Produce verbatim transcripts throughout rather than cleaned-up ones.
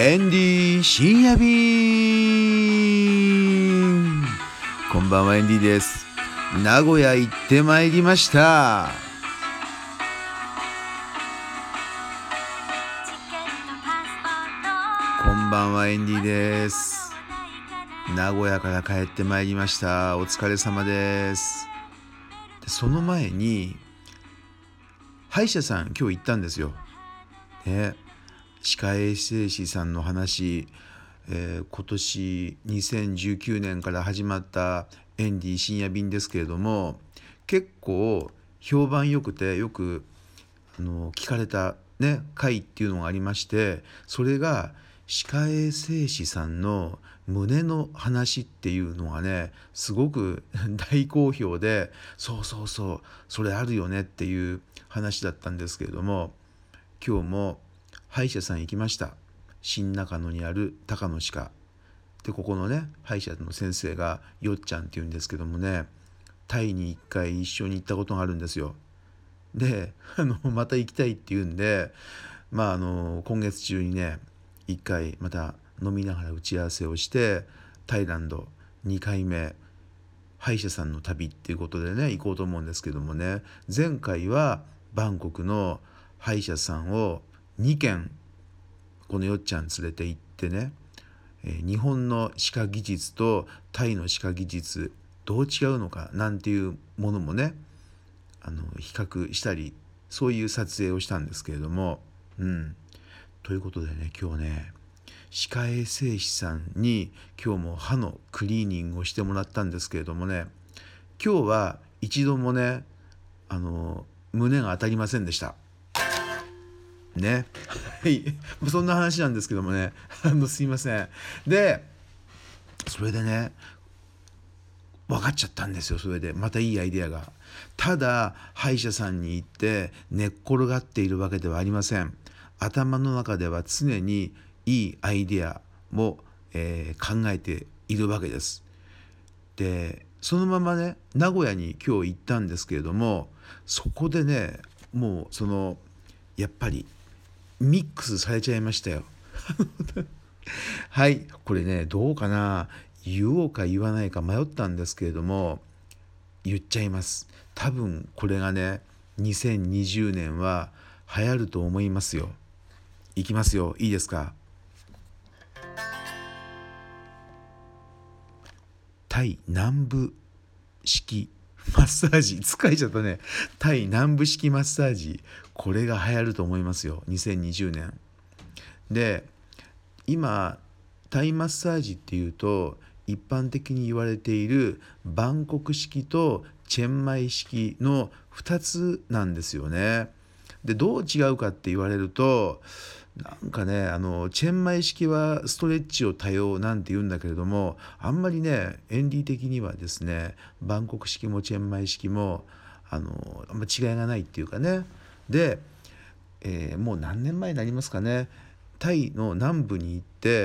エンディ深夜便。こんばんは、エンディです。名古屋行ってまいりました。こんばんは、エンディです。名古屋から帰ってまいりました。お疲れ様です。でその前に歯医者さん今日行ったんですよ。ね、歯科衛生士さんの話、えー、今年にせんじゅうきゅうねんから始まったエンディ深夜便ですけれども、結構評判良くてよくあの聞かれた、ね、回っていうのがありまして、それが歯科衛生士さんの胸の話っていうのがね、すごく大好評で、そうそうそうそれあるよねっていう話だったんですけれども、今日も歯医者さん行きました。新中野にある高野歯科で、ここのね歯医者の先生がよっちゃんっていうんですけどもね、タイにいっかい一緒に行ったことがあるんですよ。であのまた行きたいっていうんで、まああの今月中にねいっかいまた飲みながら打ち合わせをして、タイランドにかいめ歯医者さんの旅っていうことでね行こうと思うんですけどもね、前回はバンコクの歯医者さんをにけんこのよっちゃん連れて行ってね、えー日本の歯科技術とタイの歯科技術どう違うのかなんていうものもね、あの比較したり、そういう撮影をしたんですけれども、うんということでね、今日ね歯科衛生士さんに今日も歯のクリーニングをしてもらったんですけれどもね、今日は一度もねあの胸が当たりませんでしたね。はいそんな話なんですけどもね、あのすいません。でそれでね分かっちゃったんですよ。それでまたいいアイデアが。ただ歯医者さんに行って寝っ転がっているわけではありません。頭の中では常にいいアイデアも、えー考えているわけです。でそのままね名古屋に今日行ったんですけれども、そこでねもうそのやっぱりミックスされちゃいましたよ。はい、これねどうかな、言おうか言わないか迷ったんですけれども言っちゃいます。多分これがねにせんにじゅうねんは流行ると思いますよ。いきますよ、いいですか。タイ南部式マッサージ、疲れちゃったね。タイ南部式マッサージ、これが流行ると思いますよ、にせんにじゅうねんで。今タイマッサージっていうと一般的に言われているバンコク式とチェンマイ式のふたつなんですよね。でどう違うかって言われると、なんかねあのチェンマイ式はストレッチを多用なんて言うんだけれども、あんまりねエンディ的にはですねバンコク式もチェンマイ式もあのあんま違いがないっていうかね。で、えーもう何年前になりますかね、タイの南部に行って、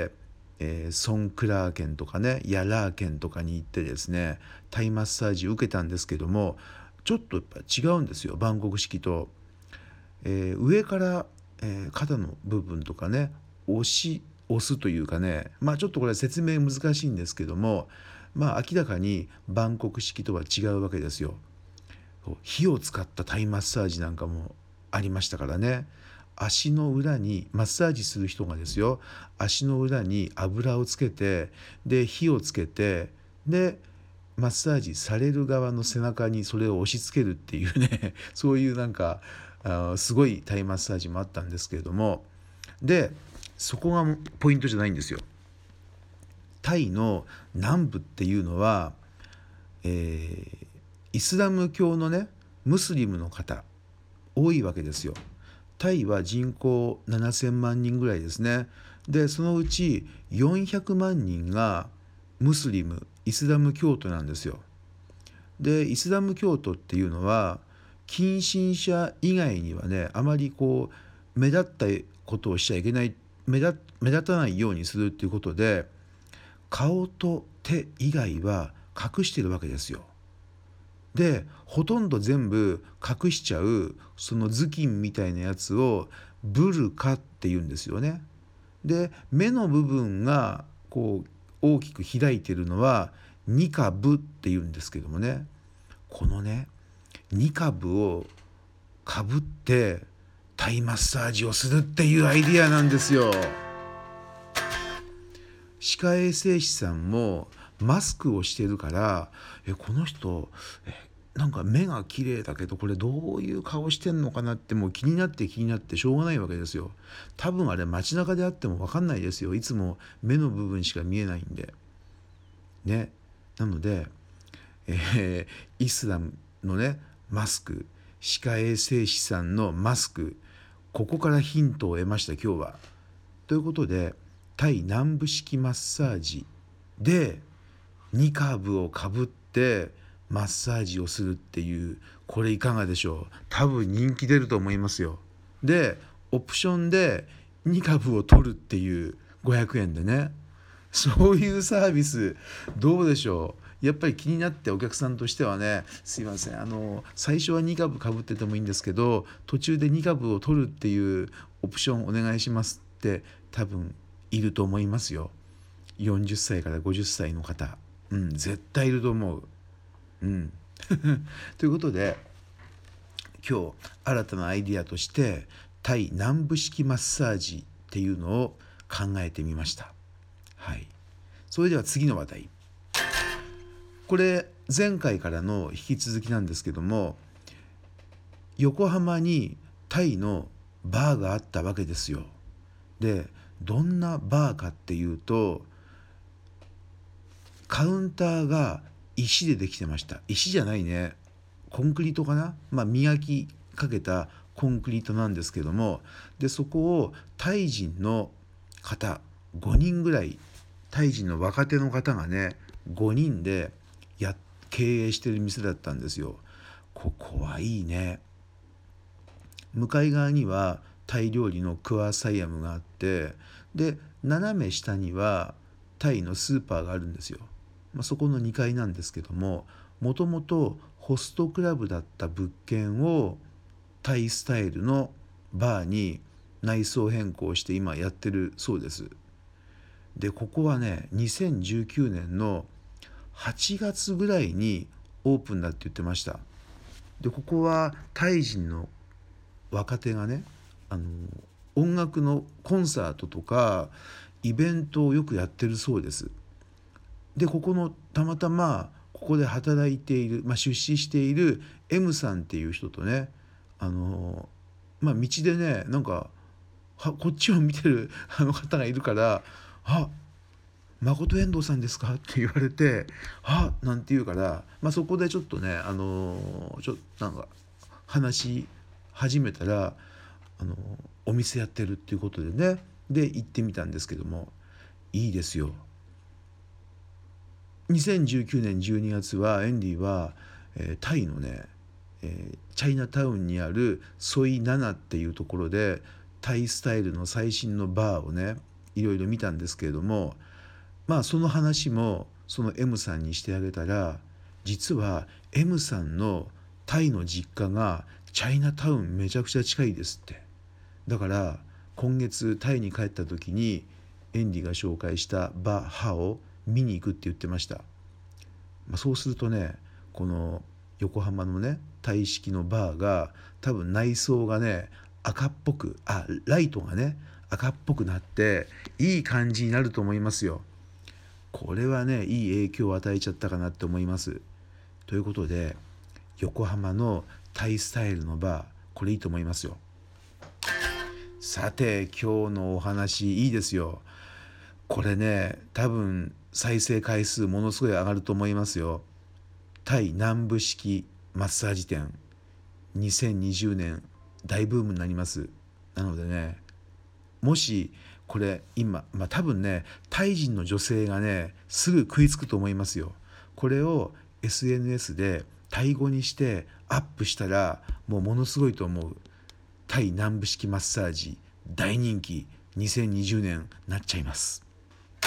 えーソンクラー県とかねヤラー県とかに行ってですねタイマッサージを受けたんですけども、ちょっとやっぱ違うんですよ、バンコク式と。えー上から、えー肩の部分とかね押し押すというかね、まあちょっとこれは説明難しいんですけども、まあ明らかにバンコク式とは違うわけですよ。火を使ったタイマッサージなんかもありましたからね。足の裏にマッサージする人がですよ、足の裏に油をつけて、で火をつけて、でマッサージされる側の背中にそれを押し付けるっていうねそういうなんかあすごいタイマッサージもあったんですけれども、でそこがポイントじゃないんですよ。タイの南部っていうのは、えーイスラム教のねムスリムの方多いわけですよ。タイは人口ななせんまんにんぐらいですね。でそのうちよんひゃくまんにんがムスリムイスラム教徒なんですよ。でイスラム教徒っていうのは近親者以外にはねあまりこう目立ったことをしちゃいけない、目立目立たないようにするっていうことで、顔と手以外は隠してるわけですよ。でほとんど全部隠しちゃうその頭巾みたいなやつをブルカって言うんですよね。 で目の部分がこう大きく開いているのはニカブっていうんですけどもね、このねニカブをかぶってタイマッサージをするっていうアイディアなんですよ。歯科衛生士さんもマスクをしてるから、えこの人えなんか目が綺麗だけどこれどういう顔してんのかなってもう気になって気になってしょうがないわけですよ。多分あれ街中であっても分かんないですよ。いつも目の部分しか見えないんでね。なので、えーイスラムのねマスク、歯科衛生士さんのマスク、ここからヒントを得ました今日は。ということでタイ南部式マッサージでニカブをかぶってマッサージをするっていう、これいかがでしょう。多分人気出ると思いますよ。でオプションでニカブを取るっていうごひゃくえんでね、そういうサービスどうでしょう。やっぱり気になってお客さんとしてはね、すいませんあの最初はニカブかぶっててもいいんですけど途中でニカブを取るっていうオプションお願いしますって多分いると思いますよ。よんじゅっさいからごじゅっさいの方、うん絶対いると思う。うんということで今日新たなアイディアとしてタイ南部式マッサージっていうのを考えてみました。はい、それでは次の話題。これ前回からの引き続きなんですけども、横浜にタイのバーがあったわけですよ。でどんなバーかっていうと、カウンターが石でできてました。石じゃないね、コンクリートかな、まあ磨きかけたコンクリートなんですけども、でそこをタイ人の方ごにんぐらい、タイ人の若手の方がねごにんでや経営してる店だったんですよ。ここはいいね。向かい側にはタイ料理のクワサイアムがあって、で斜め下にはタイのスーパーがあるんですよ。まあ、そこのにかいなんですけども、もともとホストクラブだった物件をタイスタイルのバーに内装変更して今やってるそうです。でここはねにせんじゅうきゅうねんのはちがつぐらいにオープンだって言ってました。でここはタイ人の若手がねあの音楽のコンサートとかイベントをよくやってるそうです。でここのたまたまここで働いている、まあ、出資している M さんっていう人とね、あのまあ道でねなんかはこっちを見てるあの方がいるから「あ誠遠藤さんですか?」って言われて「あなんて言うから、まあ、そこでちょっとねあのちょなんか話し始めたらあのお店やってるっていうことでね、で行ってみたんですけどもいいですよ。にせんじゅうきゅうねんじゅうにがつはエンディは、えータイのね、えーチャイナタウンにあるソイナナっていうところでタイスタイルの最新のバーをねいろいろ見たんですけれども、まあその話もその M さんにしてあげたら、実は M さんのタイの実家がチャイナタウンめちゃくちゃ近いですって。だから今月タイに帰った時にエンディが紹介したバハを見に行くって言ってました。まあ、そうするとねこの横浜のねタイ式のバーが多分内装がね赤っぽく、あライトがね赤っぽくなっていい感じになると思いますよ。これはねいい影響を与えちゃったかなって思います。ということで横浜のタイスタイルのバー、これいいと思いますよ。さて今日のお話いいですよ。これね多分再生回数ものすごい上がると思いますよ。タイ南部式マッサージ店にせんにじゅうねん大ブームになります。なのでねもしこれ今、まあ、多分ねタイ人の女性がねすぐ食いつくと思いますよ。これを エスエヌエス でタイ語にしてアップしたらもうものすごいと思う。タイ南部式マッサージ大人気にせんにじゅうねんなっちゃいます。